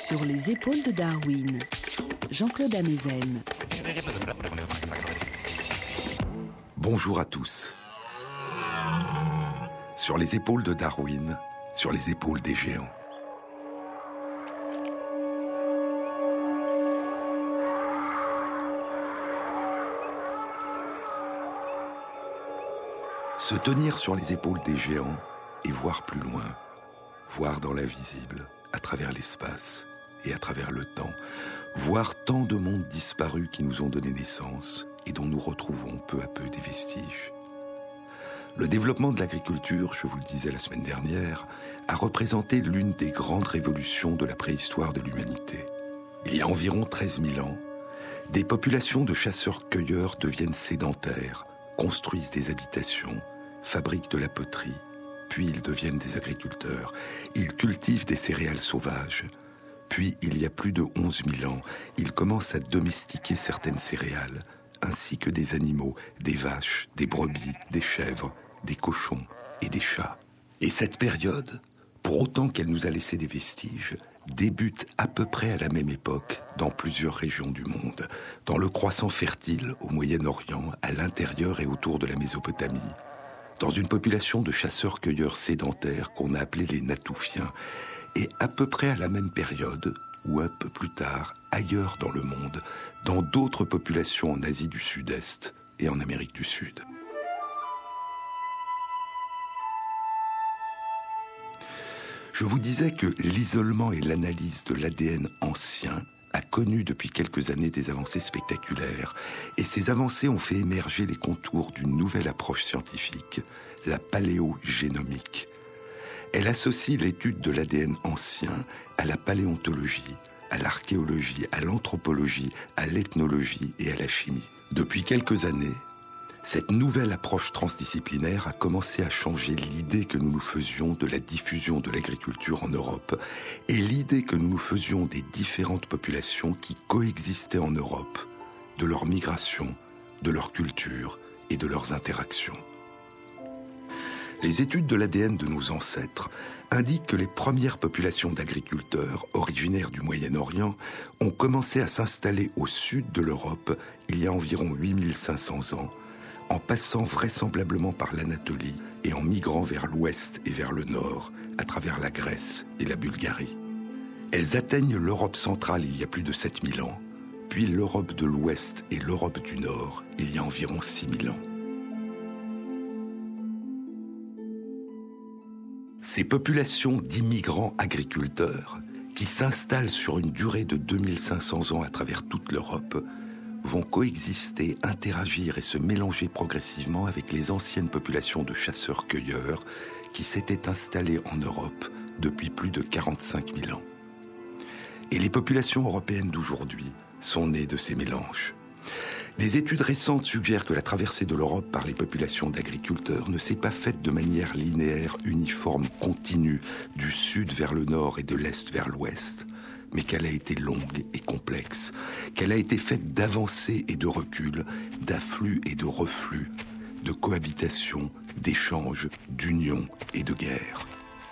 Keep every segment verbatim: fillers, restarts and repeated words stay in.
Sur les épaules de Darwin, Jean-Claude Amezen. Bonjour à tous. Sur les épaules de Darwin, sur les épaules des géants. Se tenir sur les épaules des géants et voir plus loin, voir dans l'invisible, à travers l'espace et à travers le temps, voir tant de mondes disparus qui nous ont donné naissance et dont nous retrouvons peu à peu des vestiges. Le développement de l'agriculture, je vous le disais la semaine dernière, a représenté l'une des grandes révolutions de la préhistoire de l'humanité. Il y a environ treize mille ans, des populations de chasseurs-cueilleurs deviennent sédentaires, construisent des habitations, fabriquent de la poterie, puis ils deviennent des agriculteurs. Ils cultivent des céréales sauvages. Puis, il y a plus de onze mille ans, ils commencent à domestiquer certaines céréales, ainsi que des animaux, des vaches, des brebis, des chèvres, des cochons et des chats. Et cette période, pour autant qu'elle nous a laissé des vestiges, débute à peu près à la même époque dans plusieurs régions du monde, dans le croissant fertile au Moyen-Orient, à l'intérieur et autour de la Mésopotamie, dans une population de chasseurs-cueilleurs sédentaires qu'on a appelés les Natoufiens, et à peu près à la même période, ou un peu plus tard, ailleurs dans le monde, dans d'autres populations en Asie du Sud-Est et en Amérique du Sud. Je vous disais que l'isolement et l'analyse de l'A D N ancien a connu depuis quelques années des avancées spectaculaires, et ces avancées ont fait émerger les contours d'une nouvelle approche scientifique, la paléogénomique. Elle associe l'étude de l'A D N ancien à la paléontologie, à l'archéologie, à l'anthropologie, à l'ethnologie et à la chimie. Depuis quelques années, cette nouvelle approche transdisciplinaire a commencé à changer l'idée que nous nous faisions de la diffusion de l'agriculture en Europe et l'idée que nous nous faisions des différentes populations qui coexistaient en Europe, de leur migration, de leur culture et de leurs interactions. Les études de l'A D N de nos ancêtres indiquent que les premières populations d'agriculteurs originaires du Moyen-Orient ont commencé à s'installer au sud de l'Europe il y a environ huit mille cinq cents ans, en passant vraisemblablement par l'Anatolie et en migrant vers l'ouest et vers le nord, à travers la Grèce et la Bulgarie. Elles atteignent l'Europe centrale il y a plus de sept mille ans, puis l'Europe de l'ouest et l'Europe du nord il y a environ six mille ans. Ces populations d'immigrants agriculteurs, qui s'installent sur une durée de deux mille cinq cents ans à travers toute l'Europe, vont coexister, interagir et se mélanger progressivement avec les anciennes populations de chasseurs-cueilleurs qui s'étaient installées en Europe depuis plus de quarante-cinq mille ans. Et les populations européennes d'aujourd'hui sont nées de ces mélanges. Des études récentes suggèrent que la traversée de l'Europe par les populations d'agriculteurs ne s'est pas faite de manière linéaire, uniforme, continue, du sud vers le nord et de l'est vers l'ouest, mais qu'elle a été longue et complexe, qu'elle a été faite d'avancées et de reculs, d'afflux et de reflux, de cohabitation, d'échanges, d'union et de guerre.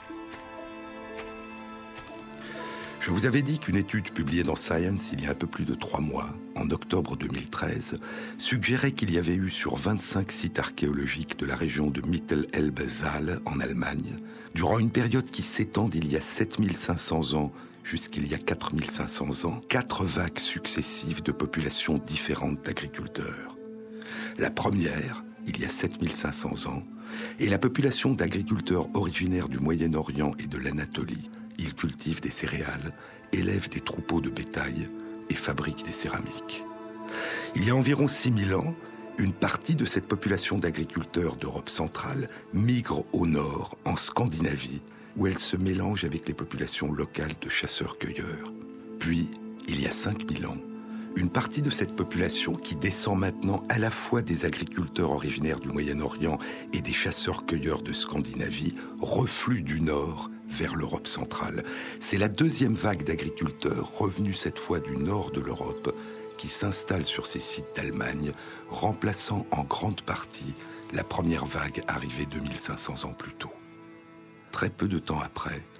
Je vous avais dit qu'une étude publiée dans Science il y a un peu plus de trois mois, en octobre deux mille treize, suggérait qu'il y avait eu sur vingt-cinq sites archéologiques de la région de Mittelelbe-Saale en Allemagne, durant une période qui s'étend d'il y a sept mille cinq cents ans jusqu'il y a quatre mille cinq cents ans, quatre vagues successives de populations différentes d'agriculteurs. La première, il y a sept mille cinq cents ans, est la population d'agriculteurs originaires du Moyen-Orient et de l'Anatolie. Ils cultivent des céréales, élèvent des troupeaux de bétail et fabriquent des céramiques. Il y a environ six mille ans, une partie de cette population d'agriculteurs d'Europe centrale migre au nord, en Scandinavie, où elle se mélange avec les populations locales de chasseurs-cueilleurs. Puis, il y a cinq mille ans, une partie de cette population qui descend maintenant à la fois des agriculteurs originaires du Moyen-Orient et des chasseurs-cueilleurs de Scandinavie reflue du nord vers l'Europe centrale. C'est la deuxième vague d'agriculteurs revenus cette fois du nord de l'Europe qui s'installe sur ces sites d'Allemagne, remplaçant en grande partie la première vague arrivée deux mille cinq cents ans plus tôt. Très peu de temps après,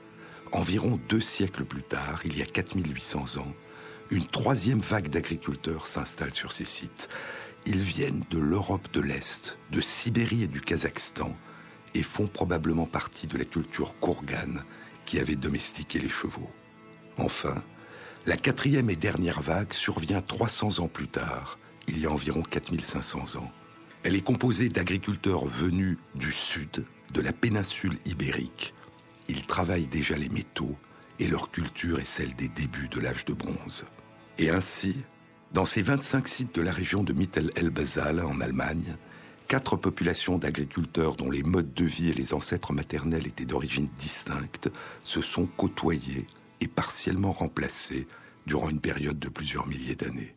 Environ deux siècles plus tard, il y a quatre mille huit cents ans, une troisième vague d'agriculteurs s'installe sur ces sites. Ils viennent de l'Europe de l'Est, de Sibérie et du Kazakhstan, et font probablement partie de la culture kourgane qui avait domestiqué les chevaux. Enfin, la quatrième et dernière vague survient trois cents ans plus tard, il y a environ quatre mille cinq cents ans. Elle est composée d'agriculteurs venus du sud, de la péninsule ibérique. Ils travaillent déjà les métaux et leur culture est celle des débuts de l'âge de bronze. Et ainsi, dans ces vingt-cinq sites de la région de Mittel-Elbe-Saale en Allemagne, quatre populations d'agriculteurs dont les modes de vie et les ancêtres maternels étaient d'origine distincte se sont côtoyés et partiellement remplacés durant une période de plusieurs milliers d'années.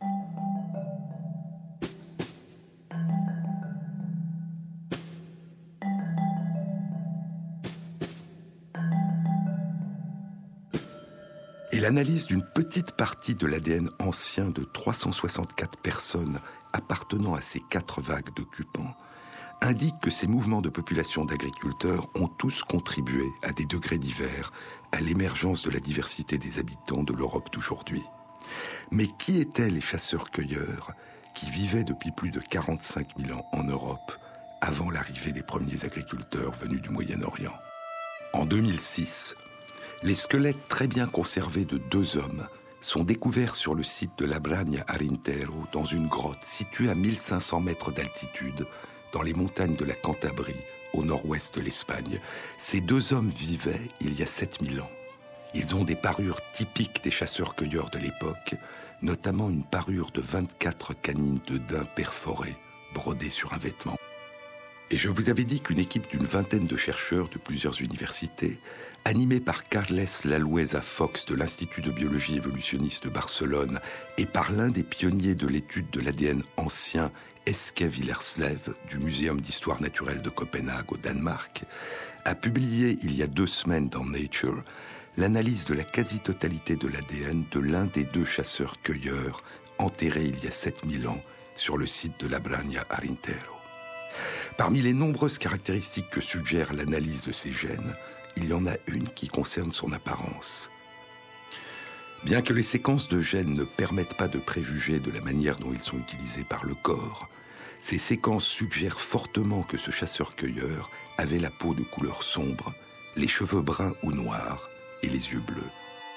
Et l'analyse d'une petite partie de l'A D N ancien de trois cent soixante-quatre personnes appartenant à ces quatre vagues d'occupants indique que ces mouvements de population d'agriculteurs ont tous contribué à des degrés divers à l'émergence de la diversité des habitants de l'Europe d'aujourd'hui. Mais qui étaient les chasseurs-cueilleurs qui vivaient depuis plus de quarante-cinq mille ans en Europe avant l'arrivée des premiers agriculteurs venus du Moyen-Orient ? En deux mille six, les squelettes très bien conservés de deux hommes sont découverts sur le site de Labrania Arintero dans une grotte située à mille cinq cents mètres d'altitude dans les montagnes de la Cantabrie, au nord-ouest de l'Espagne. Ces deux hommes vivaient il y a sept mille ans. Ils ont des parures typiques des chasseurs-cueilleurs de l'époque, notamment une parure de vingt-quatre canines de daim perforées, brodées sur un vêtement. Et je vous avais dit qu'une équipe d'une vingtaine de chercheurs de plusieurs universités, animée par Carles Lalueza Fox de l'Institut de biologie évolutionniste de Barcelone et par l'un des pionniers de l'étude de l'A D N ancien, Eske Willerslev, du Muséum d'histoire naturelle de Copenhague au Danemark, a publié il y a deux semaines dans Nature l'analyse de la quasi-totalité de l'A D N de l'un des deux chasseurs-cueilleurs enterrés il y a sept mille ans sur le site de Labrania Arintero. Parmi les nombreuses caractéristiques que suggère l'analyse de ces gènes, il y en a une qui concerne son apparence. Bien que les séquences de gènes ne permettent pas de préjuger de la manière dont ils sont utilisés par le corps, ces séquences suggèrent fortement que ce chasseur-cueilleur avait la peau de couleur sombre, les cheveux bruns ou noirs et les yeux bleus.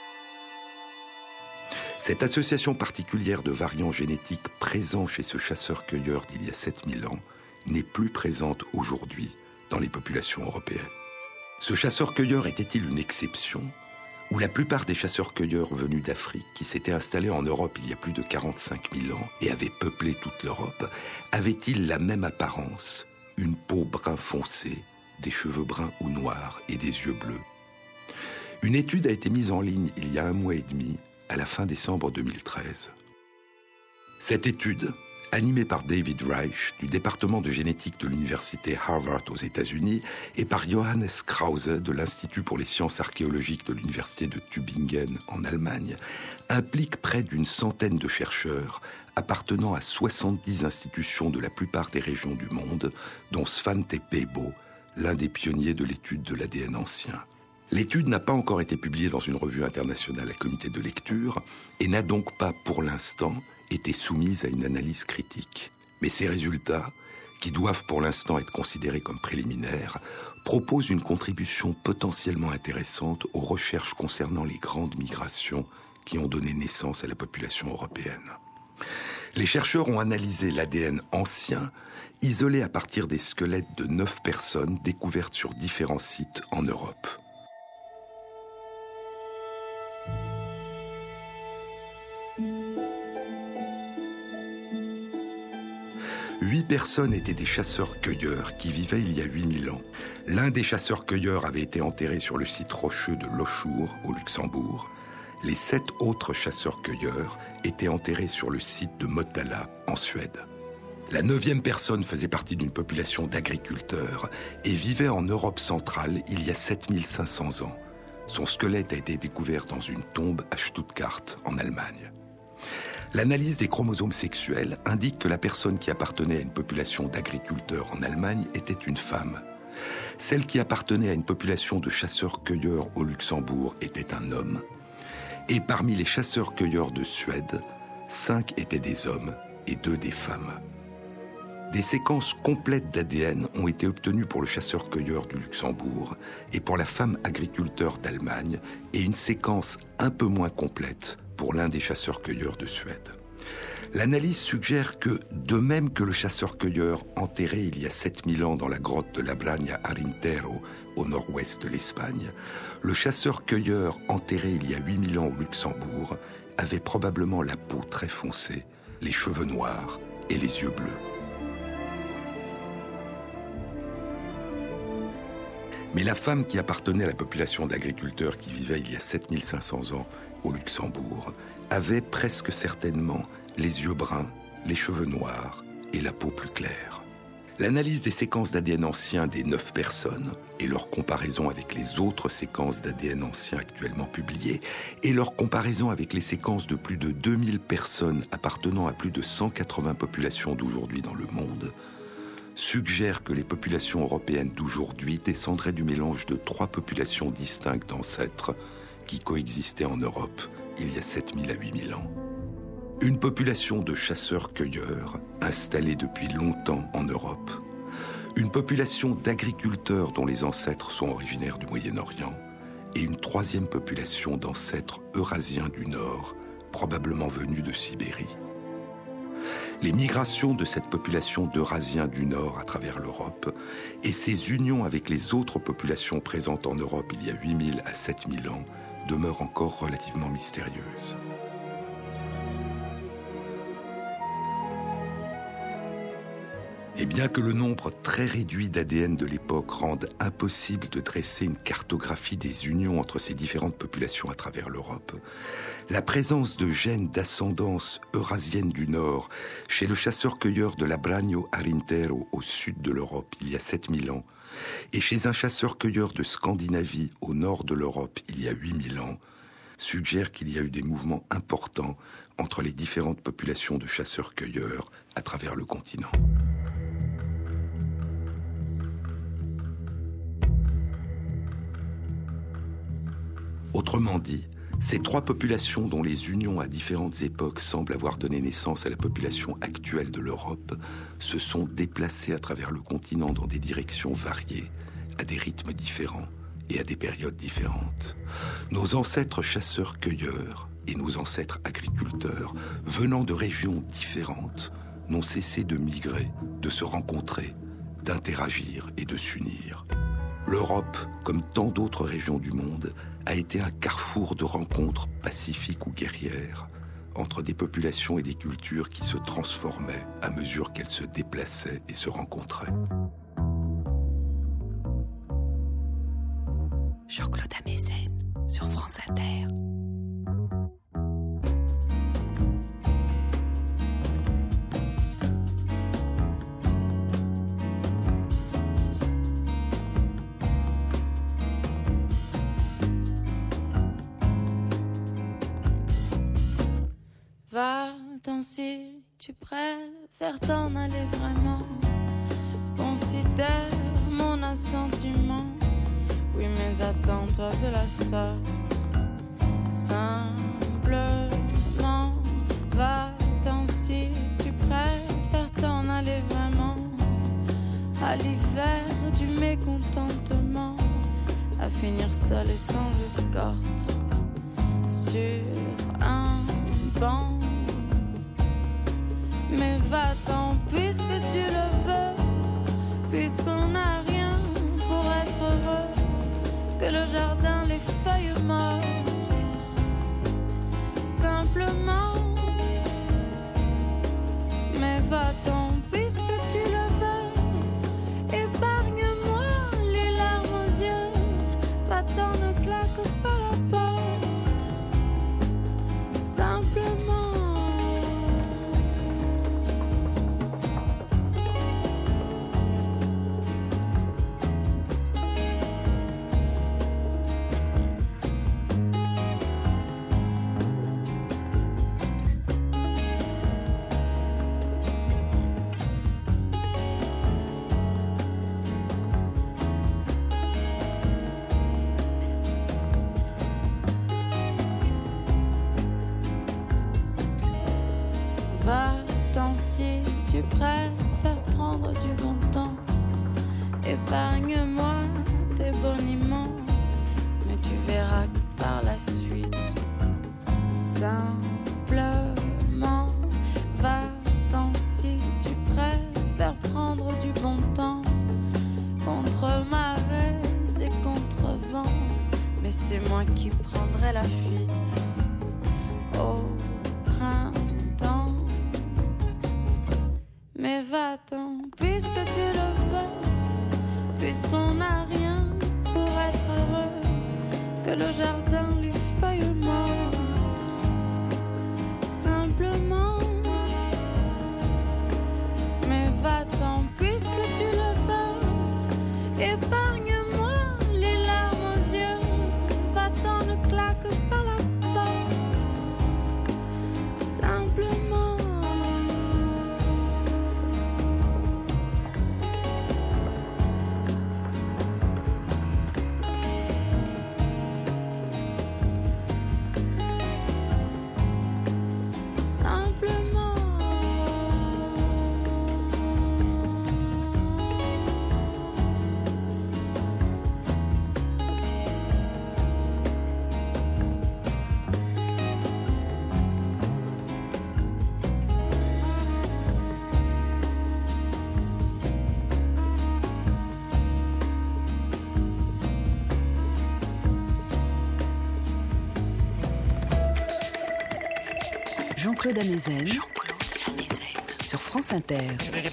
Cette association particulière de variants génétiques présents chez ce chasseur-cueilleur d'il y a sept mille ans n'est plus présente aujourd'hui dans les populations européennes. Ce chasseur-cueilleur était-il une exception, ou la plupart des chasseurs-cueilleurs venus d'Afrique, qui s'étaient installés en Europe il y a plus de quarante-cinq mille ans et avaient peuplé toute l'Europe, avaient-ils la même apparence, une peau brun foncé, des cheveux bruns ou noirs et des yeux bleus? Une étude a été mise en ligne il y a un mois et demi, à la fin décembre deux mille treize. Cette étude, animée par David Reich du département de génétique de l'université Harvard aux États-Unis et par Johannes Krause de l'Institut pour les sciences archéologiques de l'université de Tübingen en Allemagne, implique près d'une centaine de chercheurs appartenant à soixante-dix institutions de la plupart des régions du monde, dont Svante Pääbo, l'un des pionniers de l'étude de l'A D N ancien. L'étude n'a pas encore été publiée dans une revue internationale à comité de lecture et n'a donc pas, pour l'instant, été soumise à une analyse critique. Mais ces résultats, qui doivent pour l'instant être considérés comme préliminaires, proposent une contribution potentiellement intéressante aux recherches concernant les grandes migrations qui ont donné naissance à la population européenne. Les chercheurs ont analysé l'A D N ancien, isolé à partir des squelettes de neuf personnes découvertes sur différents sites en Europe. Huit personnes étaient des chasseurs-cueilleurs qui vivaient il y a huit mille ans. L'un des chasseurs-cueilleurs avait été enterré sur le site rocheux de Lochour, au Luxembourg. Les sept autres chasseurs-cueilleurs étaient enterrés sur le site de Motala, en Suède. La neuvième personne faisait partie d'une population d'agriculteurs et vivait en Europe centrale il y a sept mille cinq cents ans. Son squelette a été découvert dans une tombe à Stuttgart, en Allemagne. L'analyse des chromosomes sexuels indique que la personne qui appartenait à une population d'agriculteurs en Allemagne était une femme. Celle qui appartenait à une population de chasseurs-cueilleurs au Luxembourg était un homme. Et parmi les chasseurs-cueilleurs de Suède, cinq étaient des hommes et deux des femmes. Des séquences complètes d'A D N ont été obtenues pour le chasseur-cueilleur du Luxembourg et pour la femme agriculteur d'Allemagne, et une séquence un peu moins complète pour l'un des chasseurs-cueilleurs de Suède. L'analyse suggère que, de même que le chasseur-cueilleur enterré il y a sept mille ans dans la grotte de la Bragna Arintero, au nord-ouest de l'Espagne, le chasseur-cueilleur enterré il y a huit mille ans au Luxembourg avait probablement la peau très foncée, les cheveux noirs et les yeux bleus. Mais la femme qui appartenait à la population d'agriculteurs qui vivait il y a sept mille cinq cents ans au Luxembourg avait presque certainement les yeux bruns, les cheveux noirs et la peau plus claire. L'analyse des séquences d'A D N anciens des neuf personnes et leur comparaison avec les autres séquences d'A D N anciens actuellement publiées et leur comparaison avec les séquences de plus de deux mille personnes appartenant à plus de cent quatre-vingts populations d'aujourd'hui dans le monde suggère que les populations européennes d'aujourd'hui descendraient du mélange de trois populations distinctes d'ancêtres qui coexistaient en Europe il y a sept mille à huit mille ans. Une population de chasseurs-cueilleurs installée depuis longtemps en Europe, une population d'agriculteurs dont les ancêtres sont originaires du Moyen-Orient, et une troisième population d'ancêtres eurasiens du Nord, probablement venus de Sibérie. Les migrations de cette population d'Eurasiens du Nord à travers l'Europe et ses unions avec les autres populations présentes en Europe il y a huit mille à sept mille ans demeurent encore relativement mystérieuses. Et bien que le nombre très réduit d'A D N de l'époque rende impossible de dresser une cartographie des unions entre ces différentes populations à travers l'Europe, la présence de gènes d'ascendance eurasienne du Nord chez le chasseur-cueilleur de la Bragno Arintero au sud de l'Europe il y a sept mille ans et chez un chasseur-cueilleur de Scandinavie au nord de l'Europe il y a huit mille ans suggère qu'il y a eu des mouvements importants entre les différentes populations de chasseurs-cueilleurs à travers le continent. Autrement dit, ces trois populations dont les unions à différentes époques semblent avoir donné naissance à la population actuelle de l'Europe se sont déplacées à travers le continent dans des directions variées, à des rythmes différents et à des périodes différentes. Nos ancêtres chasseurs-cueilleurs et nos ancêtres agriculteurs, venant de régions différentes, n'ont cessé de migrer, de se rencontrer, d'interagir et de s'unir. L'Europe, comme tant d'autres régions du monde, a été un carrefour de rencontres pacifiques ou guerrières entre des populations et des cultures qui se transformaient à mesure qu'elles se déplaçaient et se rencontraient. Jean-Claude Amezen sur France Inter. Va-t'en si tu préfères t'en aller vraiment. Considère mon assentiment. Oui, mais attends-toi de la sorte. Simplement, va-t'en si tu préfères t'en aller vraiment. À l'hiver du mécontentement, à finir seul et sans escorte sur un banc. Mais va-t'en puisque tu le veux, puisqu'on n'a rien pour être heureux que le jardin, les feuilles mortes. Simplement, mais va-t'en puisque tu le veux, épargne-moi les larmes aux yeux. Va-t'en, ne claque pas la porte. Simplement. préfères prendre du bon temps. Épargne-moi tes boniments, mais tu verras que par la suite, simplement, va-t'en si tu préfères prendre du bon temps. Contre marées et contre vent, mais c'est moi qui prendrai la fuite au printemps. Mais va-t'en puisque tu le veux, puisqu'on n'a rien pour être heureux que le jardin, les feuilles mortes. Simplement, mais va-t'en puisque tu le veux, épargne-moi les larmes aux yeux, va-t'en, ne claque pas la porte. Simplement. Jean-Claude Amezen, Jean-Claude Amezen sur France Inter.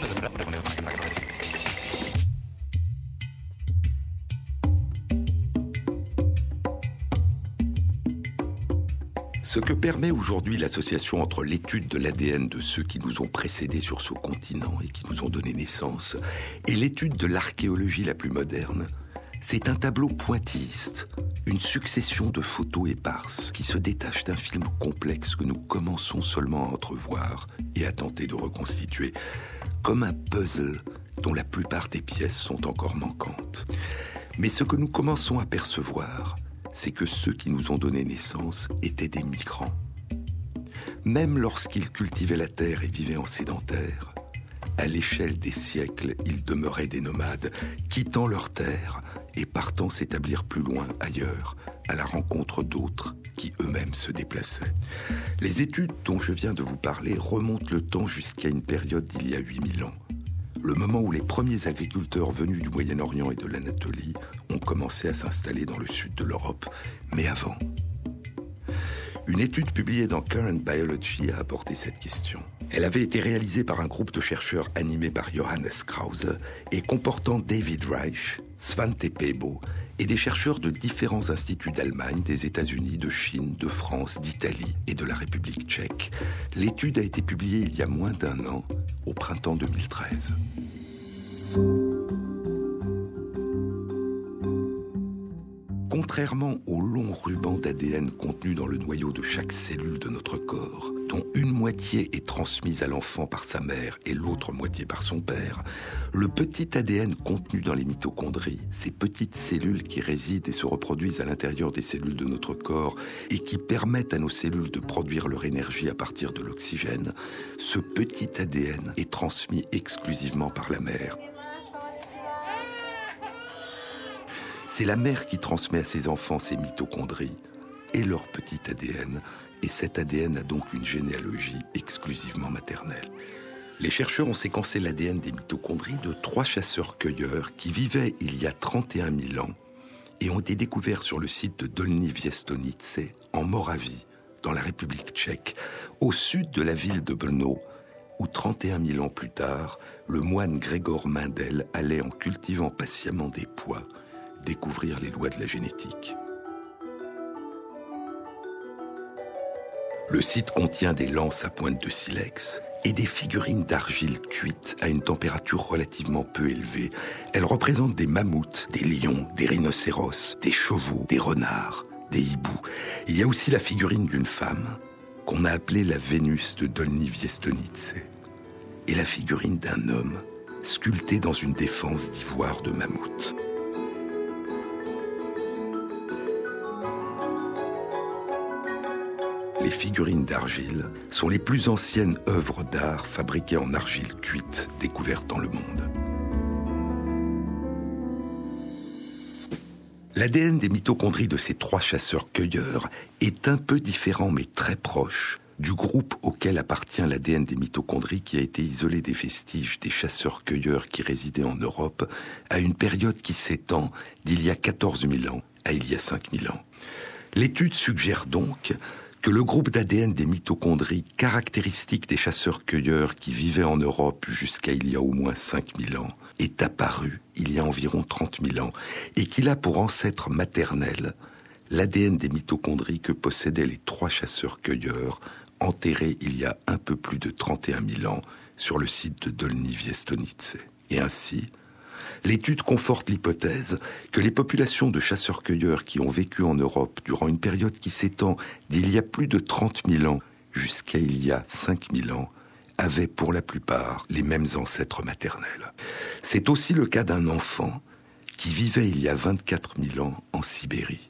Ce que permet aujourd'hui l'association entre l'étude de l'A D N de ceux qui nous ont précédés sur ce continent et qui nous ont donné naissance, et l'étude de l'archéologie la plus moderne, c'est un tableau pointilliste, une succession de photos éparses qui se détachent d'un film complexe que nous commençons seulement à entrevoir et à tenter de reconstituer, comme un puzzle dont la plupart des pièces sont encore manquantes. Mais ce que nous commençons à percevoir, c'est que ceux qui nous ont donné naissance étaient des migrants. Même lorsqu'ils cultivaient la terre et vivaient en sédentaire, à l'échelle des siècles, ils demeuraient des nomades, quittant leur terre et partant s'établir plus loin, ailleurs, à la rencontre d'autres qui eux-mêmes se déplaçaient. Les études dont je viens de vous parler remontent le temps jusqu'à une période d'il y a huit mille ans, le moment où les premiers agriculteurs venus du Moyen-Orient et de l'Anatolie ont commencé à s'installer dans le sud de l'Europe. Mais avant, une étude publiée dans Current Biology a abordé cette question. Elle avait été réalisée par un groupe de chercheurs animé par Johannes Krause et comportant David Reich, Svante Pääbo et des chercheurs de différents instituts d'Allemagne, des États-Unis, de Chine, de France, d'Italie et de la République tchèque. L'étude a été publiée il y a moins d'un an, au printemps deux mille treize. Contrairement au long ruban d'A D N contenu dans le noyau de chaque cellule de notre corps, dont une moitié est transmise à l'enfant par sa mère et l'autre moitié par son père, le petit A D N contenu dans les mitochondries, ces petites cellules qui résident et se reproduisent à l'intérieur des cellules de notre corps et qui permettent à nos cellules de produire leur énergie à partir de l'oxygène, ce petit A D N est transmis exclusivement par la mère. C'est la mère qui transmet à ses enfants ses mitochondries et leur petit A D N, et cet A D N a donc une généalogie exclusivement maternelle. Les chercheurs ont séquencé l'A D N des mitochondries de trois chasseurs-cueilleurs qui vivaient il y a trente et un mille ans et ont été découverts sur le site de Dolní Věstonice, en Moravie, dans la République tchèque, au sud de la ville de Brno, où trente et un mille ans plus tard, le moine Gregor Mendel allait, en cultivant patiemment des pois, découvrir les lois de la génétique. Le site contient des lances à pointe de silex et des figurines d'argile cuites à une température relativement peu élevée. Elles représentent des mammouths, des lions, des rhinocéros, des chevaux, des renards, des hiboux. Il y a aussi la figurine d'une femme qu'on a appelée la Vénus de Dolní Věstonice et la figurine d'un homme sculpté dans une défense d'ivoire de mammouth. les figurines d'argile, sont les plus anciennes œuvres d'art fabriquées en argile cuite découvertes dans le monde. L'A D N des mitochondries de ces trois chasseurs-cueilleurs est un peu différent mais très proche du groupe auquel appartient l'A D N des mitochondries qui a été isolé des vestiges des chasseurs-cueilleurs qui résidaient en Europe à une période qui s'étend d'il y a quatorze mille ans à il y a cinq mille ans. L'étude suggère donc que le groupe d'A D N des mitochondries caractéristique des chasseurs-cueilleurs qui vivaient en Europe jusqu'à il y a au moins cinq mille ans est apparu il y a environ trente mille ans et qu'il a pour ancêtre maternel l'A D N des mitochondries que possédaient les trois chasseurs-cueilleurs enterrés il y a un peu plus de trente et un mille ans sur le site de Dolní Věstonice. Et ainsi, l'étude conforte l'hypothèse que les populations de chasseurs-cueilleurs qui ont vécu en Europe durant une période qui s'étend d'il y a plus de trente mille ans jusqu'à il y a cinq mille ans avaient pour la plupart les mêmes ancêtres maternels. C'est aussi le cas d'un enfant qui vivait il y a vingt-quatre mille ans en Sibérie.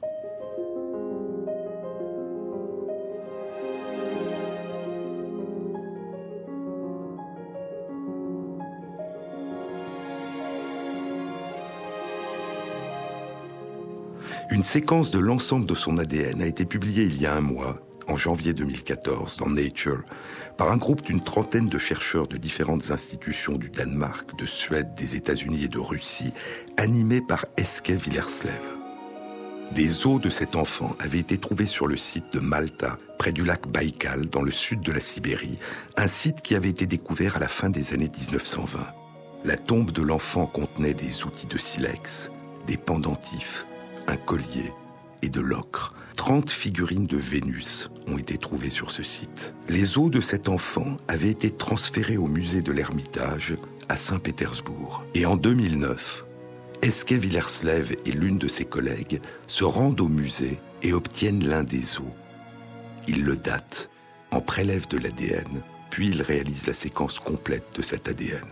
Une séquence de l'ensemble de son A D N a été publiée il y a un mois, en janvier deux mille quatorze, dans Nature, par un groupe d'une trentaine de chercheurs de différentes institutions du Danemark, de Suède, des États-Unis et de Russie, animés par Eske Willerslev. Des os de cet enfant avaient été trouvés sur le site de Malta, près du lac Baïkal, dans le sud de la Sibérie, un site qui avait été découvert à la fin des années dix-neuf cent vingt. La tombe de l'enfant contenait des outils de silex, des pendentifs, un collier et de l'ocre. trente figurines de Vénus ont été trouvées sur ce site. Les os de cet enfant avaient été transférés au musée de l'Ermitage à Saint-Pétersbourg. Et en deux mille neuf, Eske Willerslev et l'une de ses collègues se rendent au musée et obtiennent l'un des os. Ils le datent, en prélèvent de l'A D N, puis ils réalisent la séquence complète de cet A D N.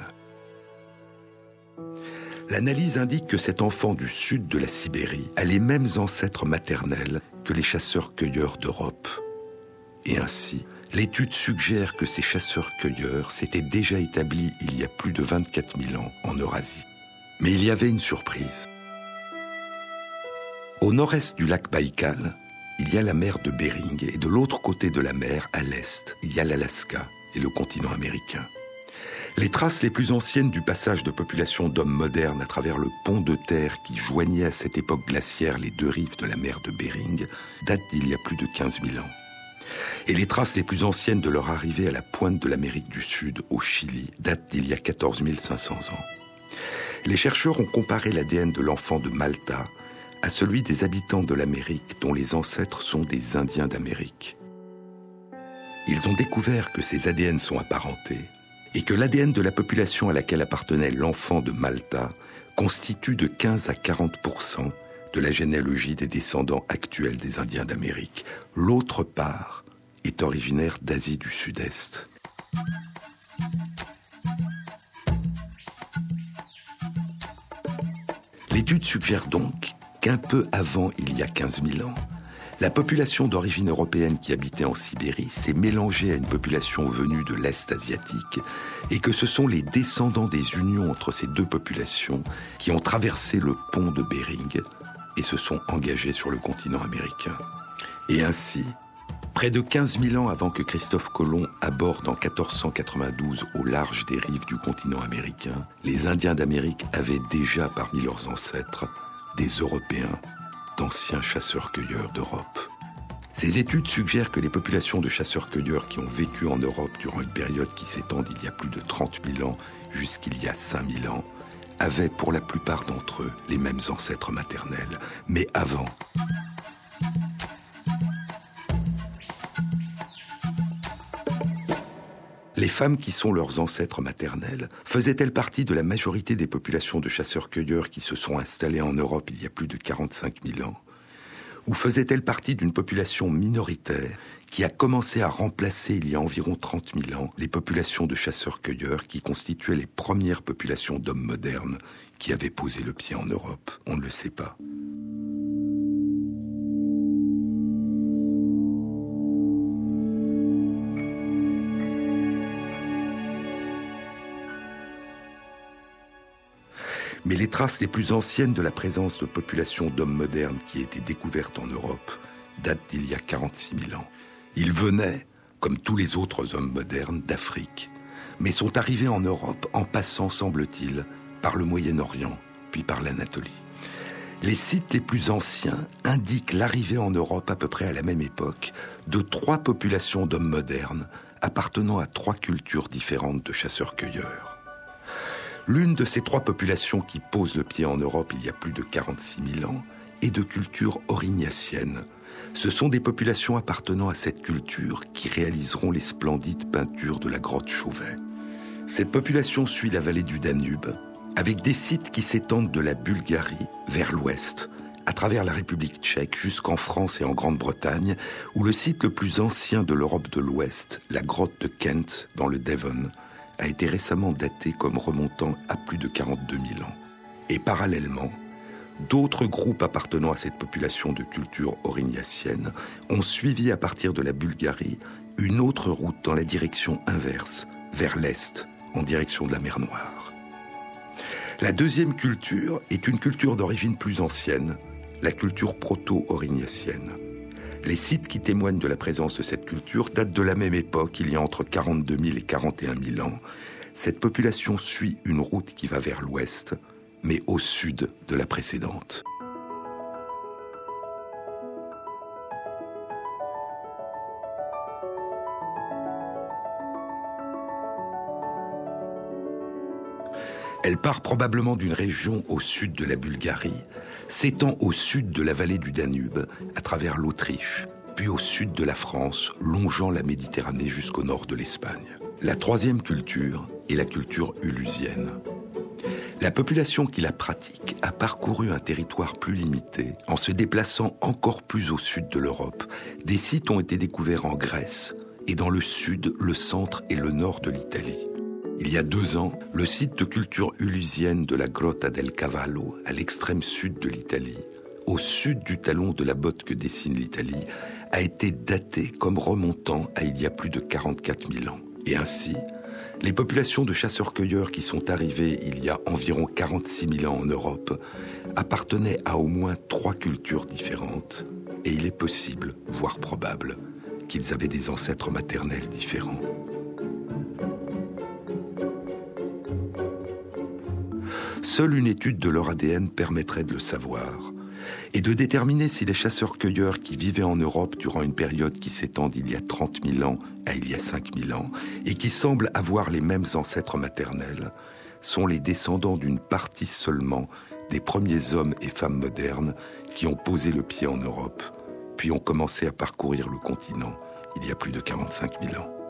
L'analyse indique que cet enfant du sud de la Sibérie a les mêmes ancêtres maternels que les chasseurs-cueilleurs d'Europe. Et ainsi, l'étude suggère que ces chasseurs-cueilleurs s'étaient déjà établis il y a plus de vingt-quatre mille ans en Eurasie. Mais il y avait une surprise. Au nord-est du lac Baïkal, il y a la mer de Bering et de l'autre côté de la mer, à l'est, il y a l'Alaska et le continent américain. Les traces les plus anciennes du passage de populations d'hommes modernes à travers le pont de terre qui joignait à cette époque glaciaire les deux rives de la mer de Bering datent d'il y a plus de quinze mille ans. Et les traces les plus anciennes de leur arrivée à la pointe de l'Amérique du Sud, au Chili, datent d'il y a quatorze mille cinq cents ans. Les chercheurs ont comparé l'A D N de l'enfant de Malta à celui des habitants de l'Amérique dont les ancêtres sont des Indiens d'Amérique. Ils ont découvert que ces A D N sont apparentés et que l'A D N de la population à laquelle appartenait l'enfant de Malta constitue de quinze à quarante pour cent de la généalogie des descendants actuels des Indiens d'Amérique. L'autre part est originaire d'Asie du Sud-Est. L'étude suggère donc qu'un peu avant il y a quinze mille ans, la population d'origine européenne qui habitait en Sibérie s'est mélangée à une population venue de l'Est asiatique et que ce sont les descendants des unions entre ces deux populations qui ont traversé le pont de Bering et se sont engagés sur le continent américain. Et ainsi, près de quinze mille ans avant que Christophe Colomb aborde en quatorze cent quatre-vingt-douze au large des rives du continent américain, les Indiens d'Amérique avaient déjà parmi leurs ancêtres des Européens, d'anciens chasseurs-cueilleurs d'Europe. Ces études suggèrent que les populations de chasseurs-cueilleurs qui ont vécu en Europe durant une période qui s'étend d'il y a plus de trente mille ans jusqu'il y a cinq mille ans avaient pour la plupart d'entre eux les mêmes ancêtres maternels. Mais avant, les femmes qui sont leurs ancêtres maternels faisaient-elles partie de la majorité des populations de chasseurs-cueilleurs qui se sont installées en Europe il y a plus de quarante-cinq mille ans? Ou faisaient-elles partie d'une population minoritaire qui a commencé à remplacer il y a environ trente mille ans les populations de chasseurs-cueilleurs qui constituaient les premières populations d'hommes modernes qui avaient posé le pied en Europe? On ne le sait pas. Mais les traces les plus anciennes de la présence de populations d'hommes modernes qui étaient découvertes en Europe datent d'il y a quarante-six mille ans. Ils venaient, comme tous les autres hommes modernes, d'Afrique, mais sont arrivés en Europe en passant, semble-t-il, par le Moyen-Orient, puis par l'Anatolie. Les sites les plus anciens indiquent l'arrivée en Europe à peu près à la même époque de trois populations d'hommes modernes appartenant à trois cultures différentes de chasseurs-cueilleurs. L'une de ces trois populations qui posent le pied en Europe il y a plus de quarante-six mille ans est de culture aurignacienne. Ce sont des populations appartenant à cette culture qui réaliseront les splendides peintures de la grotte Chauvet. Cette population suit la vallée du Danube, avec des sites qui s'étendent de la Bulgarie vers l'ouest, à travers la République tchèque jusqu'en France et en Grande-Bretagne, où le site le plus ancien de l'Europe de l'Ouest, la grotte de Kent, dans le Devon, a été récemment daté comme remontant à plus de quarante-deux mille ans. Et parallèlement, d'autres groupes appartenant à cette population de culture aurignacienne ont suivi à partir de la Bulgarie une autre route dans la direction inverse, vers l'est, en direction de la mer Noire. La deuxième culture est une culture d'origine plus ancienne, la culture proto-aurignacienne. Les sites qui témoignent de la présence de cette culture datent de la même époque, il y a entre quarante-deux mille et quarante et un mille ans. Cette population suit une route qui va vers l'ouest, mais au sud de la précédente. Elle part probablement d'une région au sud de la Bulgarie, s'étend au sud de la vallée du Danube, à travers l'Autriche, puis au sud de la France, longeant la Méditerranée jusqu'au nord de l'Espagne. La troisième culture est la culture ulusienne. La population qui la pratique a parcouru un territoire plus limité en se déplaçant encore plus au sud de l'Europe. Des sites ont été découverts en Grèce et dans le sud, le centre et le nord de l'Italie. Il y a deux ans, le site de culture ulusienne de la Grotta del Cavallo, à l'extrême sud de l'Italie, au sud du talon de la botte que dessine l'Italie, a été daté comme remontant à il y a plus de quarante-quatre mille ans. Et ainsi, les populations de chasseurs-cueilleurs qui sont arrivées il y a environ quarante-six mille ans en Europe appartenaient à au moins trois cultures différentes, et il est possible, voire probable, qu'ils avaient des ancêtres maternels différents. Seule une étude de leur A D N permettrait de le savoir et de déterminer si les chasseurs-cueilleurs qui vivaient en Europe durant une période qui s'étend d'il y a trente mille ans à il y a cinq mille ans et qui semblent avoir les mêmes ancêtres maternels sont les descendants d'une partie seulement des premiers hommes et femmes modernes qui ont posé le pied en Europe, puis ont commencé à parcourir le continent il y a plus de quarante-cinq mille ans.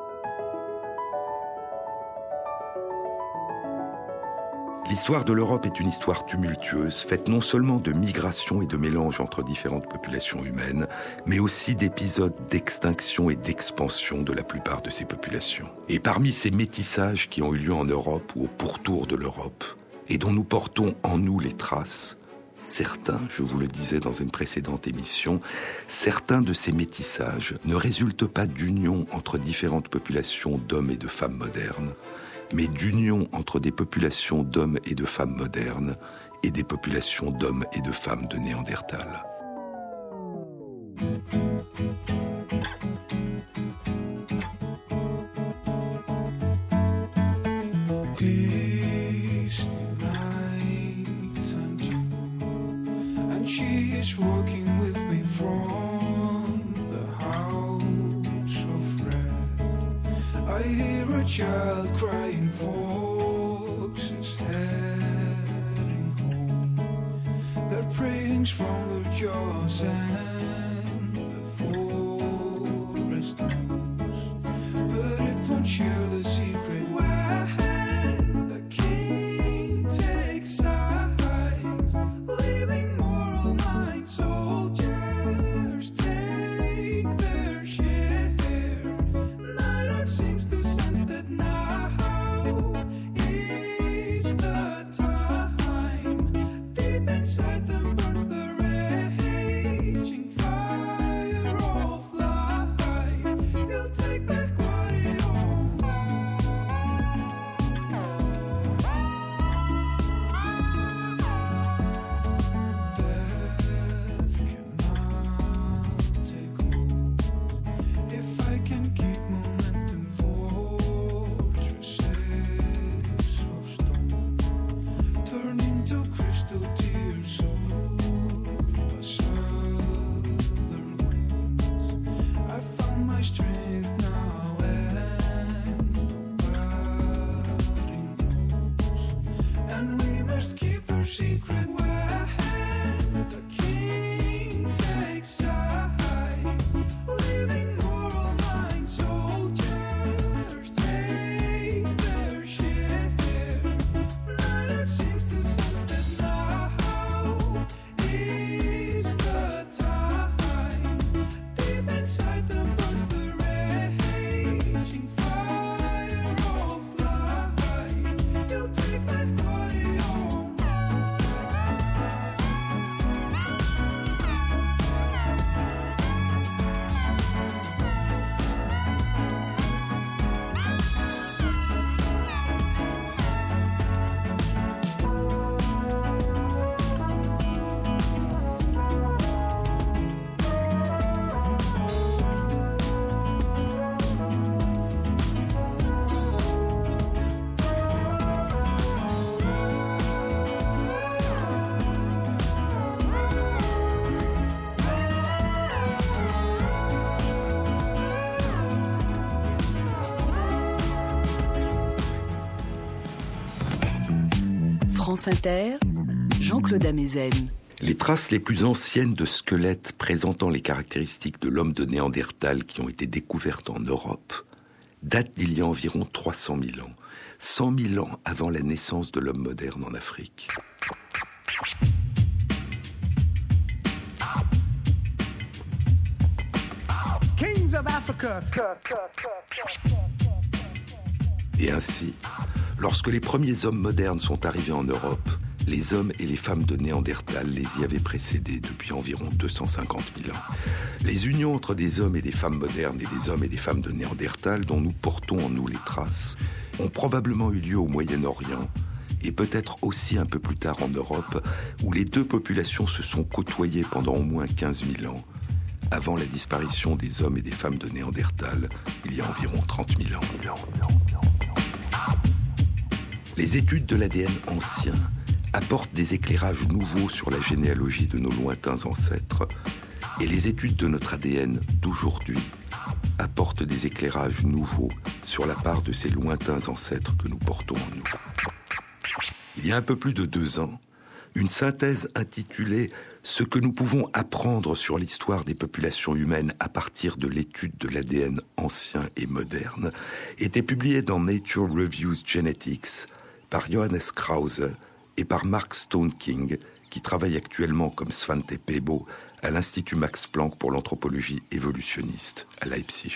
L'histoire de l'Europe est une histoire tumultueuse, faite non seulement de migrations et de mélanges entre différentes populations humaines, mais aussi d'épisodes d'extinction et d'expansion de la plupart de ces populations. Et parmi ces métissages qui ont eu lieu en Europe ou au pourtour de l'Europe, et dont nous portons en nous les traces, certains, je vous le disais dans une précédente émission, certains de ces métissages ne résultent pas d'union entre différentes populations d'hommes et de femmes modernes, mais d'union entre des populations d'hommes et de femmes modernes et des populations d'hommes et de femmes de Néandertal. Child crying, folks is heading home. Their prayings from their jaws and the forest knows, but it won't share the secret. When the king takes sides, leaving moral mind, soldiers take their share. Night seems to sense that now is the time. Deep inside them burns the raging my strength now and nobody knows. And we must keep our secret when the king takes sides, leaving moral blind soldiers take their share. Night seems to sense that now is the time. Deep inside the bones, the raging fire of life. You'll take back what you own. France Inter, Jean-Claude Amezen. Les traces les plus anciennes de squelettes présentant les caractéristiques de l'homme de Néandertal qui ont été découvertes en Europe datent d'il y a environ trois cent mille ans, cent mille ans avant la naissance de l'homme moderne en Afrique. Kings of Africa. Et ainsi, lorsque les premiers hommes modernes sont arrivés en Europe, les hommes et les femmes de Néandertal les y avaient précédés depuis environ deux cent cinquante mille ans. Les unions entre des hommes et des femmes modernes et des hommes et des femmes de Néandertal, dont nous portons en nous les traces, ont probablement eu lieu au Moyen-Orient et peut-être aussi un peu plus tard en Europe, où les deux populations se sont côtoyées pendant au moins quinze mille ans, avant la disparition des hommes et des femmes de Néandertal, il y a environ trente mille ans. Les études de l'A D N ancien apportent des éclairages nouveaux sur la généalogie de nos lointains ancêtres, et les études de notre A D N d'aujourd'hui apportent des éclairages nouveaux sur la part de ces lointains ancêtres que nous portons en nous. Il y a un peu plus de deux ans, une synthèse intitulée « Ce que nous pouvons apprendre sur l'histoire des populations humaines à partir de l'étude de l'A D N ancien et moderne » était publiée dans Nature Reviews Genetics par Johannes Krause et par Mark Stone King, qui travaille actuellement comme Svante Pääbo à l'Institut Max Planck pour l'anthropologie évolutionniste à Leipzig.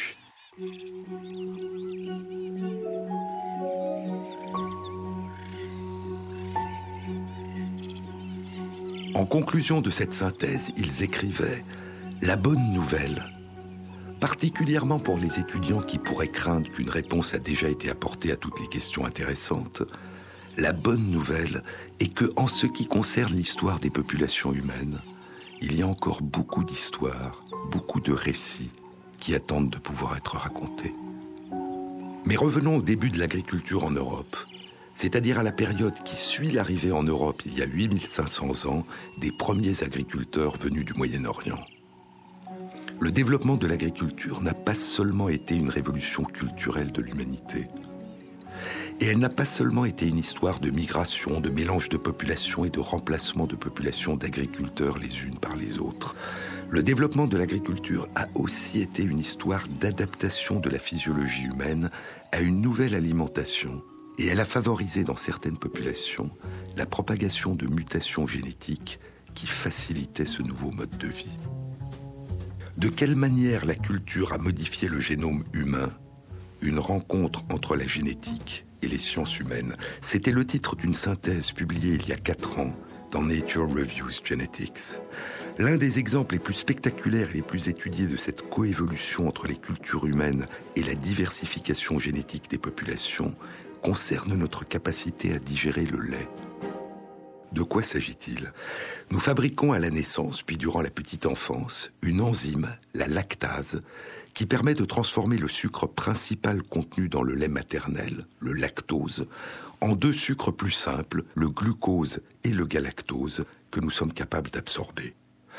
En conclusion de cette synthèse, ils écrivaient « La bonne nouvelle, particulièrement pour les étudiants qui pourraient craindre qu'une réponse a déjà été apportée à toutes les questions intéressantes, la bonne nouvelle est que, en ce qui concerne l'histoire des populations humaines, il y a encore beaucoup d'histoires, beaucoup de récits qui attendent de pouvoir être racontés. Mais revenons au début de l'agriculture en Europe, c'est-à-dire à la période qui suit l'arrivée en Europe, il y a huit mille cinq cents ans, des premiers agriculteurs venus du Moyen-Orient. Le développement de l'agriculture n'a pas seulement été une révolution culturelle de l'humanité. Et elle n'a pas seulement été une histoire de migration, de mélange de populations et de remplacement de populations d'agriculteurs les unes par les autres. Le développement de l'agriculture a aussi été une histoire d'adaptation de la physiologie humaine à une nouvelle alimentation. Et elle a favorisé dans certaines populations la propagation de mutations génétiques qui facilitaient ce nouveau mode de vie. De quelle manière la culture a modifié le génome humain ? Une rencontre entre la génétique et les sciences humaines. C'était le titre d'une synthèse publiée il y a quatre ans dans Nature Reviews Genetics. L'un des exemples les plus spectaculaires et les plus étudiés de cette coévolution entre les cultures humaines et la diversification génétique des populations concerne notre capacité à digérer le lait. De quoi s'agit-il ? Nous fabriquons à la naissance, puis durant la petite enfance, une enzyme, la lactase, qui permet de transformer le sucre principal contenu dans le lait maternel, le lactose, en deux sucres plus simples, le glucose et le galactose, que nous sommes capables d'absorber.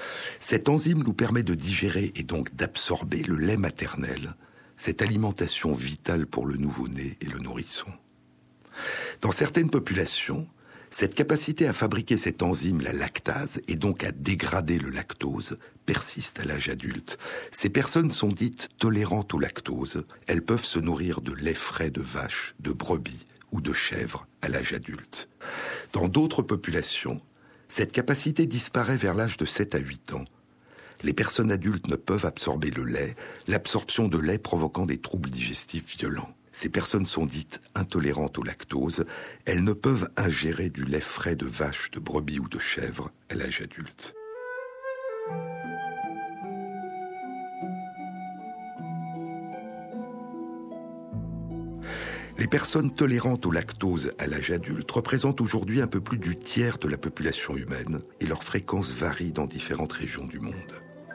Cette enzyme nous permet de digérer et donc d'absorber le lait maternel, cette alimentation vitale pour le nouveau-né et le nourrisson. Dans certaines populations, cette capacité à fabriquer cette enzyme, la lactase, et donc à dégrader le lactose, persiste à l'âge adulte. Ces personnes sont dites tolérantes au lactose. Elles peuvent se nourrir de lait frais de vache, de brebis ou de chèvre à l'âge adulte. Dans d'autres populations, cette capacité disparaît vers l'âge de sept à huit ans. Les personnes adultes ne peuvent absorber le lait, l'absorption de lait provoquant des troubles digestifs violents. Ces personnes sont dites intolérantes au lactose. Elles ne peuvent ingérer du lait frais de vache, de brebis ou de chèvre à l'âge adulte. Les personnes tolérantes au lactose à l'âge adulte représentent aujourd'hui un peu plus du tiers de la population humaine et leur fréquence varie dans différentes régions du monde.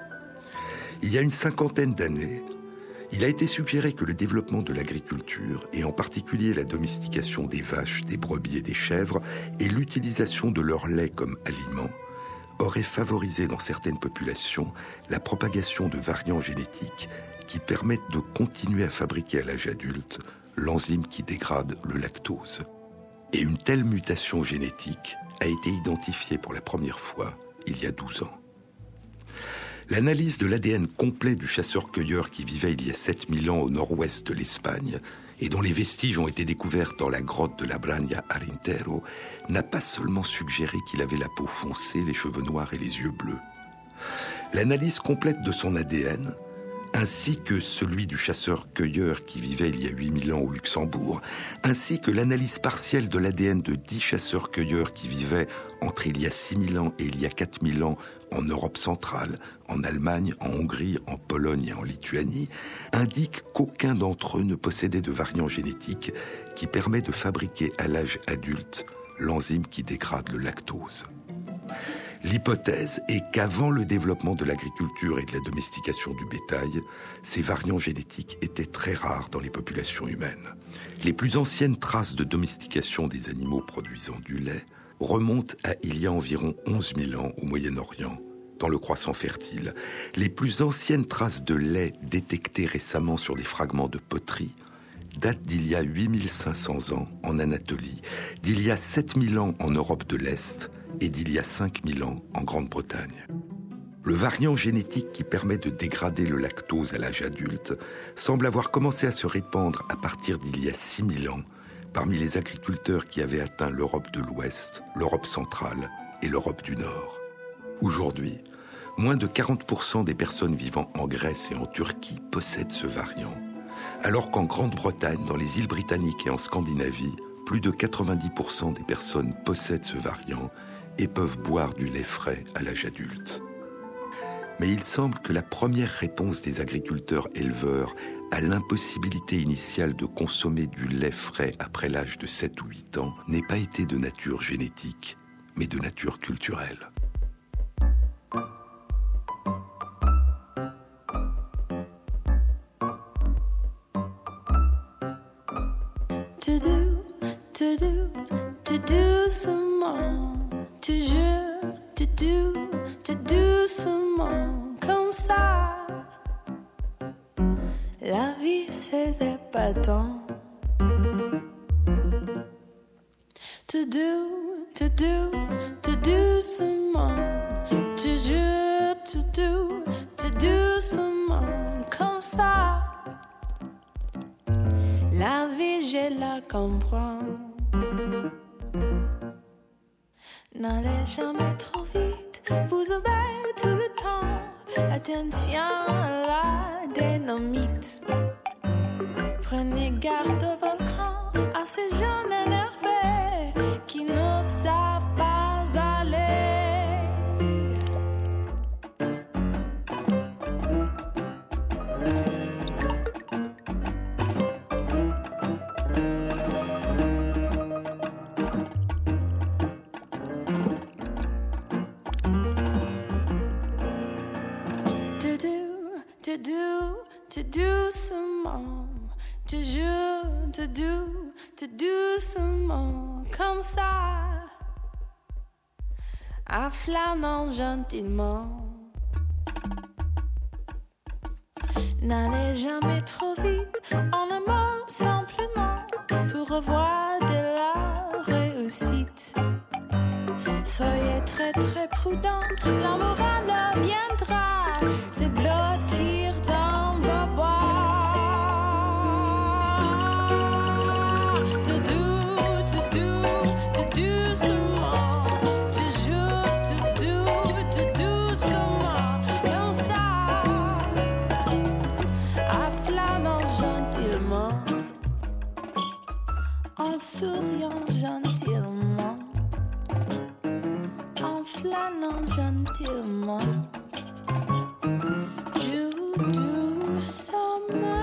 Il y a une cinquantaine d'années, il a été suggéré que le développement de l'agriculture, et en particulier la domestication des vaches, des brebis et des chèvres, et l'utilisation de leur lait comme aliment, aurait favorisé dans certaines populations la propagation de variants génétiques qui permettent de continuer à fabriquer à l'âge adulte l'enzyme qui dégrade le lactose. Et une telle mutation génétique a été identifiée pour la première fois il y a douze ans. L'analyse de l'A D N complet du chasseur-cueilleur qui vivait il y a sept mille ans au nord-ouest de l'Espagne et dont les vestiges ont été découverts dans la grotte de la Braña Arintero n'a pas seulement suggéré qu'il avait la peau foncée, les cheveux noirs et les yeux bleus. L'analyse complète de son A D N, ainsi que celui du chasseur-cueilleur qui vivait il y a huit mille ans au Luxembourg, ainsi que l'analyse partielle de l'A D N de dix chasseurs-cueilleurs qui vivaient entre il y a six mille ans et il y a quatre mille ans en Europe centrale, en Allemagne, en Hongrie, en Pologne et en Lituanie, indique qu'aucun d'entre eux ne possédait de variant génétique qui permet de fabriquer à l'âge adulte l'enzyme qui dégrade le lactose. L'hypothèse est qu'avant le développement de l'agriculture et de la domestication du bétail, ces variants génétiques étaient très rares dans les populations humaines. Les plus anciennes traces de domestication des animaux produisant du lait remontent à il y a environ onze mille ans au Moyen-Orient, dans le Croissant fertile. Les plus anciennes traces de lait détectées récemment sur des fragments de poterie datent d'il y a huit mille cinq cents ans en Anatolie, d'il y a sept mille ans en Europe de l'Est et d'il y a cinq mille ans en Grande-Bretagne. Le variant génétique qui permet de dégrader le lactose à l'âge adulte semble avoir commencé à se répandre à partir d'il y a six mille ans parmi les agriculteurs qui avaient atteint l'Europe de l'Ouest, l'Europe centrale et l'Europe du Nord. Aujourd'hui, moins de quarante pour cent des personnes vivant en Grèce et en Turquie possèdent ce variant, alors qu'en Grande-Bretagne, dans les îles britanniques et en Scandinavie, plus de quatre-vingt-dix pour cent des personnes possèdent ce variant et peuvent boire du lait frais à l'âge adulte. Mais il semble que la première réponse des agriculteurs éleveurs à l'impossibilité initiale de consommer du lait frais après l'âge de sept ou huit ans n'ait pas été de nature génétique, mais de nature culturelle. To do, to do, to do doucement, toujours, to do, to doucement, comme ça. La vie c'est épatant. To do, to do, to doucement, toujours, to do, to doucement, comme ça. La vie, je la comprends. N'allez jamais trop vite, vous avez tout le temps. Attention à la dynamite. Prenez garde au volcan, à ces jeunes énervés qui ne savent pas aller. To do, to doucement, toujours, to do, to doucement, comme ça, afflamant gentiment. N'allez jamais trop vite, on est mort simplement pour revoir de la réussite. Soyez très très prudents, la morale viendra se blottir dans vos bois. Tout doux, tout doux, tout doucement, toujours tout doux, tout doucement, comme ça, en flânant gentiment, en souriant gentiment. En flânant gentiment, tout doucement.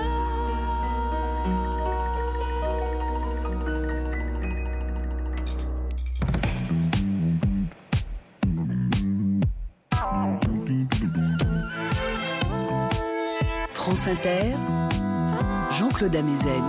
France Inter, Jean-Claude Amezen.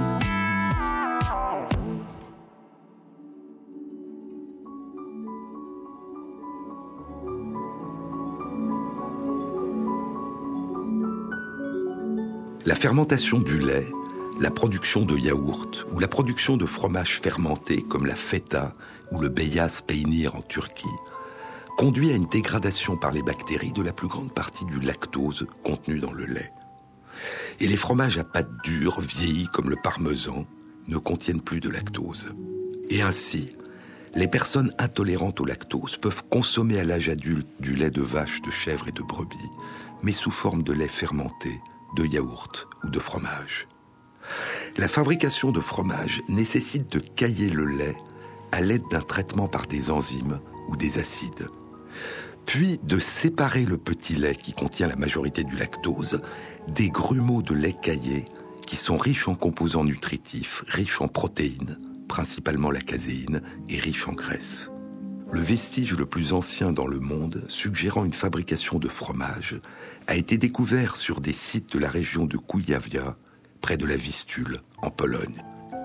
La fermentation du lait, la production de yaourt ou la production de fromages fermentés comme la feta ou le beyaz peynir en Turquie conduit à une dégradation par les bactéries de la plus grande partie du lactose contenu dans le lait. Et les fromages à pâte dure, vieillis comme le parmesan, ne contiennent plus de lactose. Et ainsi, les personnes intolérantes au lactose peuvent consommer à l'âge adulte du lait de vache, de chèvre et de brebis, mais sous forme de lait fermenté, de yaourt ou de fromage. La fabrication de fromage nécessite de cailler le lait à l'aide d'un traitement par des enzymes ou des acides, puis de séparer le petit lait qui contient la majorité du lactose des grumeaux de lait caillé qui sont riches en composants nutritifs, riches en protéines, principalement la caséine, et riches en graisse. Le vestige le plus ancien dans le monde, suggérant une fabrication de fromage, a été découvert sur des sites de la région de Kujawia, près de la Vistule, en Pologne.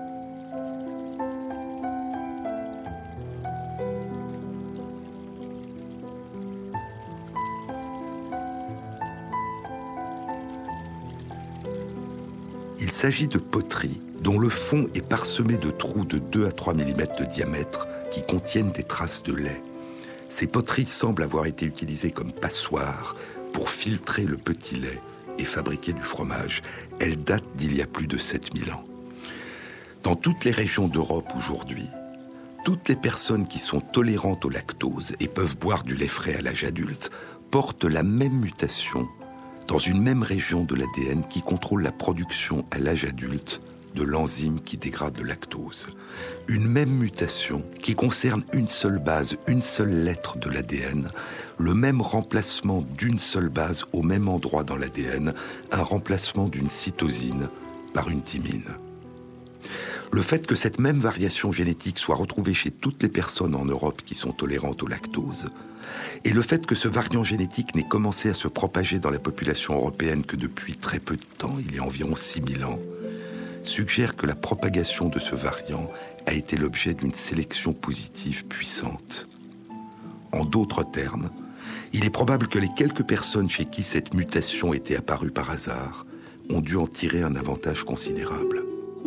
Il s'agit de poteries dont le fond est parsemé de trous de deux à trois millimètres de diamètre qui contiennent des traces de lait. Ces poteries semblent avoir été utilisées comme passoires pour filtrer le petit lait et fabriquer du fromage. Elles datent d'il y a plus de sept mille ans. Dans toutes les régions d'Europe aujourd'hui, toutes les personnes qui sont tolérantes au lactose et peuvent boire du lait frais à l'âge adulte portent la même mutation dans une même région de l'A D N qui contrôle la production à l'âge adulte de l'enzyme qui dégrade le lactose. Une même mutation qui concerne une seule base, une seule lettre de l'A D N, le même remplacement d'une seule base au même endroit dans l'A D N, un remplacement d'une cytosine par une thymine. Le fait que cette même variation génétique soit retrouvée chez toutes les personnes en Europe qui sont tolérantes au lactose, et le fait que ce variant génétique n'ait commencé à se propager dans la population européenne que depuis très peu de temps, il y a environ six mille ans, suggère que la propagation de ce variant a été l'objet d'une sélection positive puissante. En d'autres termes, il est probable que les quelques personnes chez qui cette mutation était apparue par hasard ont dû en tirer un avantage considérable.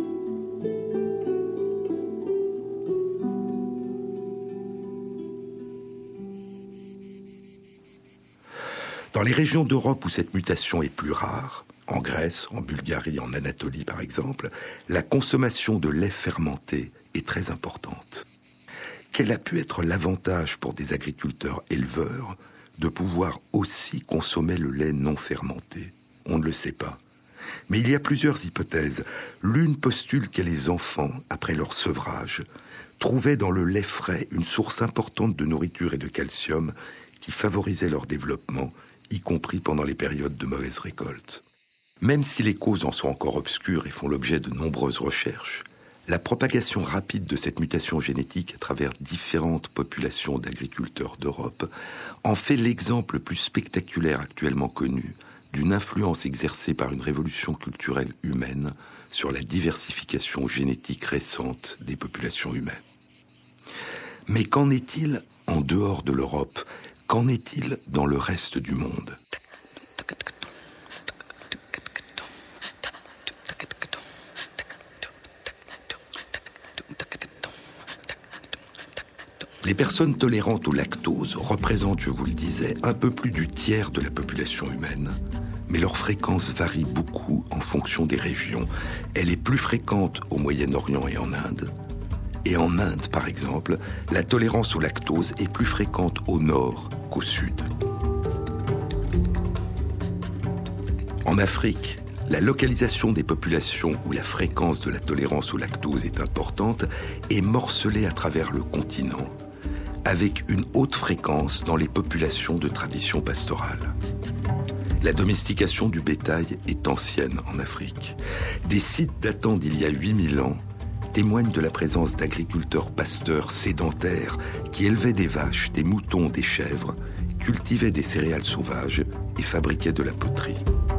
Dans les régions d'Europe où cette mutation est plus rare, en Grèce, en Bulgarie, en Anatolie par exemple, la consommation de lait fermenté est très importante. Quel a pu être l'avantage pour des agriculteurs éleveurs de pouvoir aussi consommer le lait non fermenté? On ne le sait pas. Mais il y a plusieurs hypothèses. L'une postule que les enfants, après leur sevrage, trouvaient dans le lait frais une source importante de nourriture et de calcium qui favorisait leur développement, y compris pendant les périodes de mauvaise récolte. Même si les causes en sont encore obscures et font l'objet de nombreuses recherches, la propagation rapide de cette mutation génétique à travers différentes populations d'agriculteurs d'Europe en fait l'exemple le plus spectaculaire actuellement connu d'une influence exercée par une révolution culturelle humaine sur la diversification génétique récente des populations humaines. Mais qu'en est-il en dehors de l'Europe ? Qu'en est-il dans le reste du monde ? Les personnes tolérantes au lactose représentent, je vous le disais, un peu plus du tiers de la population humaine, mais leur fréquence varie beaucoup en fonction des régions. Elle est plus fréquente au Moyen-Orient et en Inde. Et en Inde, par exemple, la tolérance au lactose est plus fréquente au nord qu'au sud. En Afrique, la localisation des populations où la fréquence de la tolérance au lactose est importante est morcelée à travers le continent, avec une haute fréquence dans les populations de tradition pastorale. La domestication du bétail est ancienne en Afrique. Des sites datant d'il y a huit mille ans témoignent de la présence d'agriculteurs pasteurs sédentaires qui élevaient des vaches, des moutons, des chèvres, cultivaient des céréales sauvages et fabriquaient de la poterie.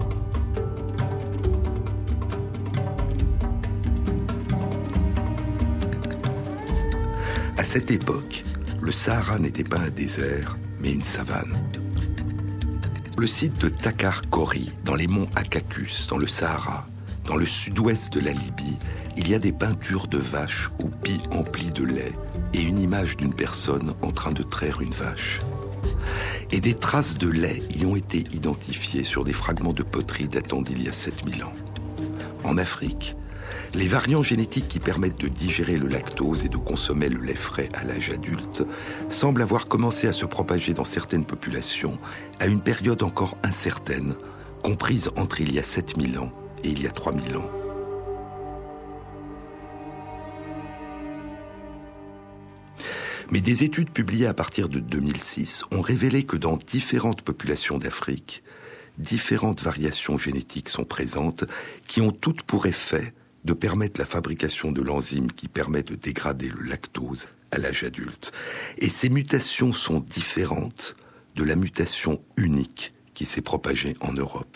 À cette époque, le Sahara n'était pas un désert, mais une savane. Le site de Takar Kori, dans les monts Akakus, dans le Sahara, dans le sud-ouest de la Libye, il y a des peintures de vaches au pis empli de lait et une image d'une personne en train de traire une vache. Et des traces de lait y ont été identifiées sur des fragments de poterie datant d'il y a sept mille ans. En Afrique, les variants génétiques qui permettent de digérer le lactose et de consommer le lait frais à l'âge adulte semblent avoir commencé à se propager dans certaines populations à une période encore incertaine, comprise entre il y a sept mille ans et il y a trois mille ans. Mais des études publiées à partir de deux mille six ont révélé que dans différentes populations d'Afrique, différentes variations génétiques sont présentes qui ont toutes pour effet de permettre la fabrication de l'enzyme qui permet de dégrader le lactose à l'âge adulte. Et ces mutations sont différentes de la mutation unique qui s'est propagée en Europe.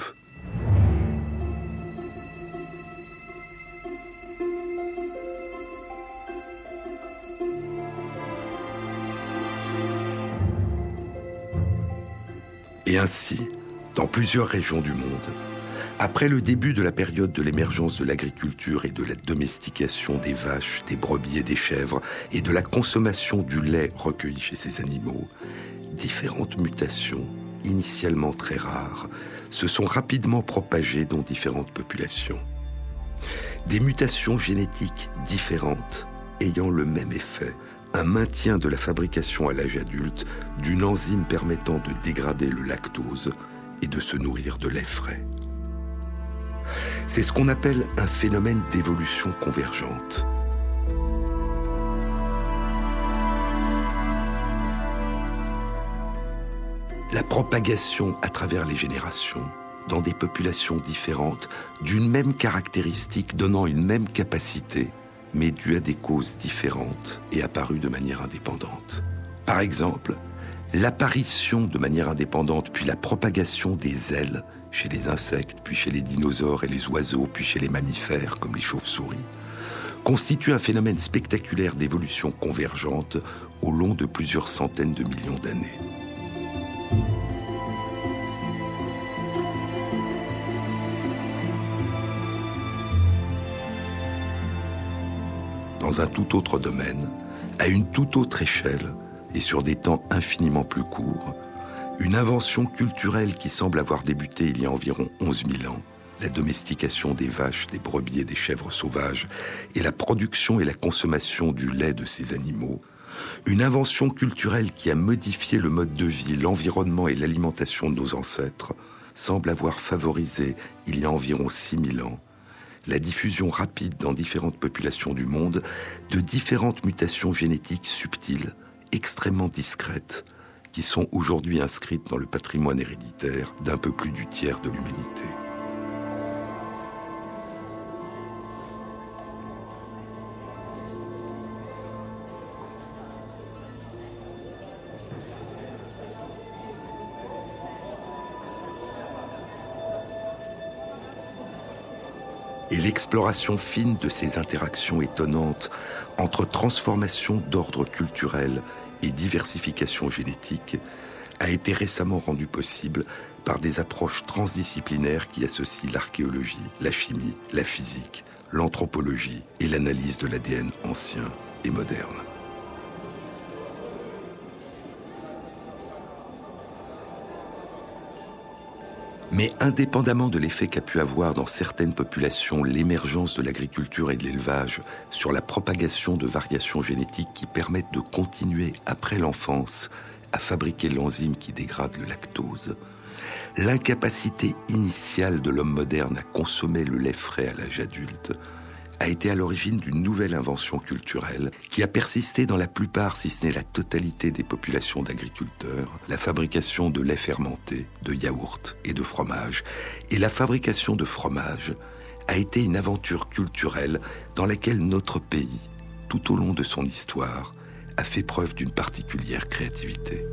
Et ainsi, dans plusieurs régions du monde, après le début de la période de l'émergence de l'agriculture et de la domestication des vaches, des brebis et des chèvres, et de la consommation du lait recueilli chez ces animaux, différentes mutations, initialement très rares, se sont rapidement propagées dans différentes populations. Des mutations génétiques différentes ayant le même effet, un maintien de la fabrication à l'âge adulte d'une enzyme permettant de dégrader le lactose et de se nourrir de lait frais. C'est ce qu'on appelle un phénomène d'évolution convergente. La propagation à travers les générations, dans des populations différentes, d'une même caractéristique donnant une même capacité, mais due à des causes différentes et apparue de manière indépendante. Par exemple, l'apparition de manière indépendante, puis la propagation des ailes chez les insectes, puis chez les dinosaures et les oiseaux, puis chez les mammifères comme les chauves-souris, constitue un phénomène spectaculaire d'évolution convergente au long de plusieurs centaines de millions d'années. Dans un tout autre domaine, à une toute autre échelle et sur des temps infiniment plus courts, une invention culturelle qui semble avoir débuté il y a environ onze mille ans, la domestication des vaches, des brebis et des chèvres sauvages, et la production et la consommation du lait de ces animaux, une invention culturelle qui a modifié le mode de vie, l'environnement et l'alimentation de nos ancêtres, semble avoir favorisé, il y a environ six mille ans, la diffusion rapide dans différentes populations du monde de différentes mutations génétiques subtiles, extrêmement discrètes, qui sont aujourd'hui inscrites dans le patrimoine héréditaire d'un peu plus du tiers de l'humanité. Et l'exploration fine de ces interactions étonnantes entre transformation d'ordre culturel et diversification génétique a été récemment rendue possible par des approches transdisciplinaires qui associent l'archéologie, la chimie, la physique, l'anthropologie et l'analyse de l'A D N ancien et moderne. Mais indépendamment de l'effet qu'a pu avoir dans certaines populations l'émergence de l'agriculture et de l'élevage sur la propagation de variations génétiques qui permettent de continuer après l'enfance à fabriquer l'enzyme qui dégrade le lactose, l'incapacité initiale de l'homme moderne à consommer le lait frais à l'âge adulte a été à l'origine d'une nouvelle invention culturelle qui a persisté dans la plupart, si ce n'est la totalité des populations d'agriculteurs, la fabrication de lait fermenté, de yaourts et de fromage. Et la fabrication de fromage a été une aventure culturelle dans laquelle notre pays, tout au long de son histoire, a fait preuve d'une particulière créativité.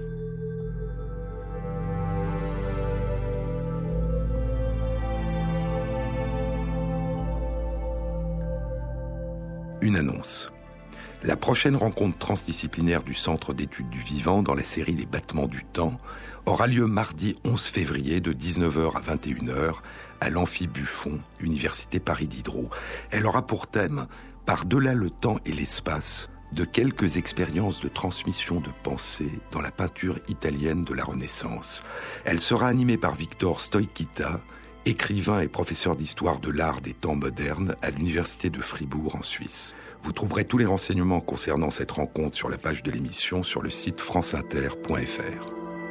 Une annonce. La prochaine rencontre transdisciplinaire du Centre d'études du vivant dans la série Les battements du temps aura lieu mardi onze février de dix-neuf heures à vingt et une heures à l'Amphi Buffon, Université Paris Diderot. Elle aura pour thème « Par-delà le temps et l'espace » de quelques expériences de transmission de pensée dans la peinture italienne de la Renaissance. Elle sera animée par Victor Stoïkita, écrivain et professeur d'histoire de l'art des temps modernes à l'Université de Fribourg en Suisse. Vous trouverez tous les renseignements concernant cette rencontre sur la page de l'émission sur le site franceinter point f r.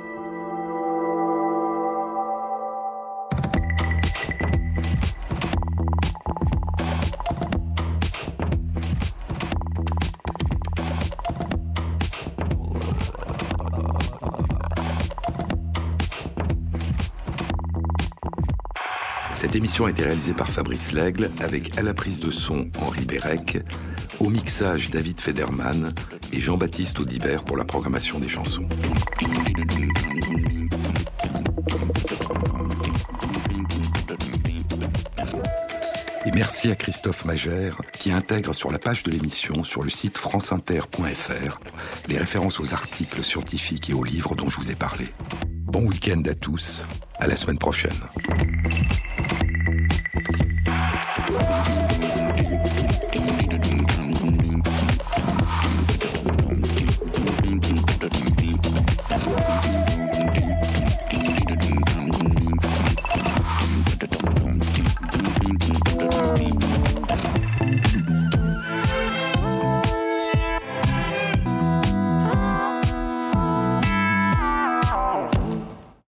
Cette émission a été réalisée par Fabrice Lègle avec à la prise de son Henri Bérec, au mixage David Federman et Jean-Baptiste Audibert pour la programmation des chansons. Et merci à Christophe Magère qui intègre sur la page de l'émission sur le site franceinter point f r les références aux articles scientifiques et aux livres dont je vous ai parlé. Bon week-end à tous, à la semaine prochaine.